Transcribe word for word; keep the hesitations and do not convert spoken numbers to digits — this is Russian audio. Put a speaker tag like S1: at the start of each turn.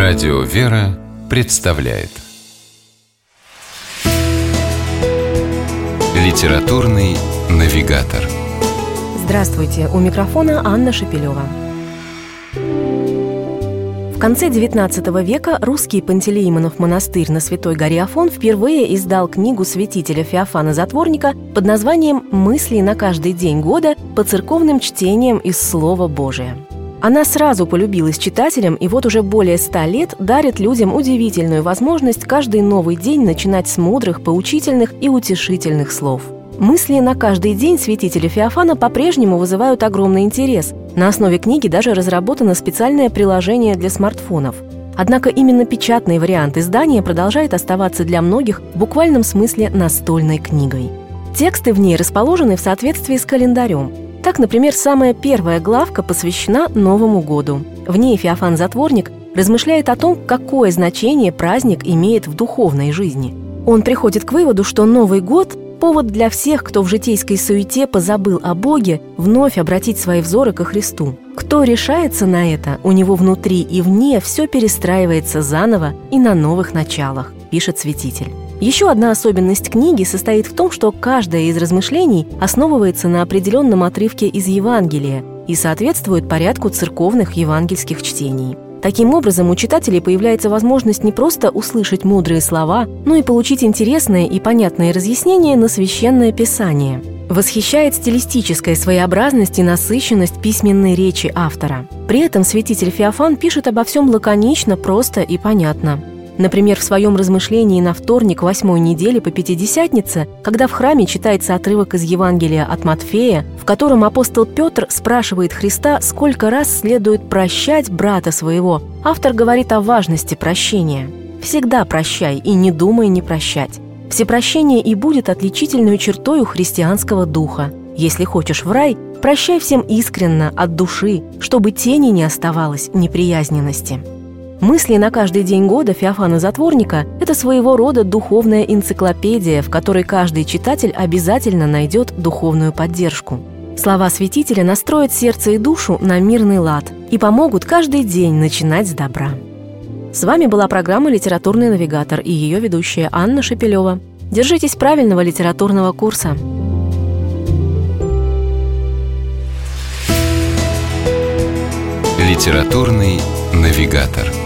S1: Радио «Вера» представляет Литературный навигатор.
S2: Здравствуйте, у микрофона Анна Шепелева. В конце девятнадцатого века русский Пантелеимонов монастырь на Святой горе Афон впервые издал книгу святителя Феофана Затворника под названием «Мысли на каждый день года по церковным чтениям из Слова Божия». Она сразу полюбилась читателям и вот уже более ста лет дарит людям удивительную возможность каждый новый день начинать с мудрых, поучительных и утешительных слов. Мысли на каждый день святителя Феофана по-прежнему вызывают огромный интерес. На основе книги даже разработано специальное приложение для смартфонов. Однако именно печатный вариант издания продолжает оставаться для многих в буквальном смысле настольной книгой. Тексты в ней расположены в соответствии с календарем. Так, например, самая первая главка посвящена Новому году. В ней Феофан Затворник размышляет о том, какое значение праздник имеет в духовной жизни. Он приходит к выводу, что Новый год – повод для всех, кто в житейской суете позабыл о Боге, вновь обратить свои взоры ко Христу. Кто решается на это, у него внутри и вне все перестраивается заново и на новых началах, пишет святитель. Еще одна особенность книги состоит в том, что каждое из размышлений основывается на определенном отрывке из Евангелия и соответствует порядку церковных евангельских чтений. Таким образом, у читателей появляется возможность не просто услышать мудрые слова, но и получить интересные и понятные разъяснения на Священное Писание. Восхищает стилистическая своеобразность и насыщенность письменной речи автора. При этом святитель Феофан пишет обо всем лаконично, просто и понятно. Например, в своем размышлении на вторник восьмой недели по Пятидесятнице, когда в храме читается отрывок из Евангелия от Матфея, в котором апостол Петр спрашивает Христа, сколько раз следует прощать брата своего, автор говорит о важности прощения. «Всегда прощай и не думай не прощать. Всепрощение и будет отличительной чертой у христианского духа. Если хочешь в рай, прощай всем искренно, от души, чтобы тени не оставалось неприязненности». «Мысли на каждый день года» Феофана Затворника – это своего рода духовная энциклопедия, в которой каждый читатель обязательно найдет духовную поддержку. Слова святителя настроят сердце и душу на мирный лад и помогут каждый день начинать с добра. С вами была программа «Литературный навигатор» и ее ведущая Анна Шепелева. Держитесь правильного литературного курса.
S1: Литературный навигатор.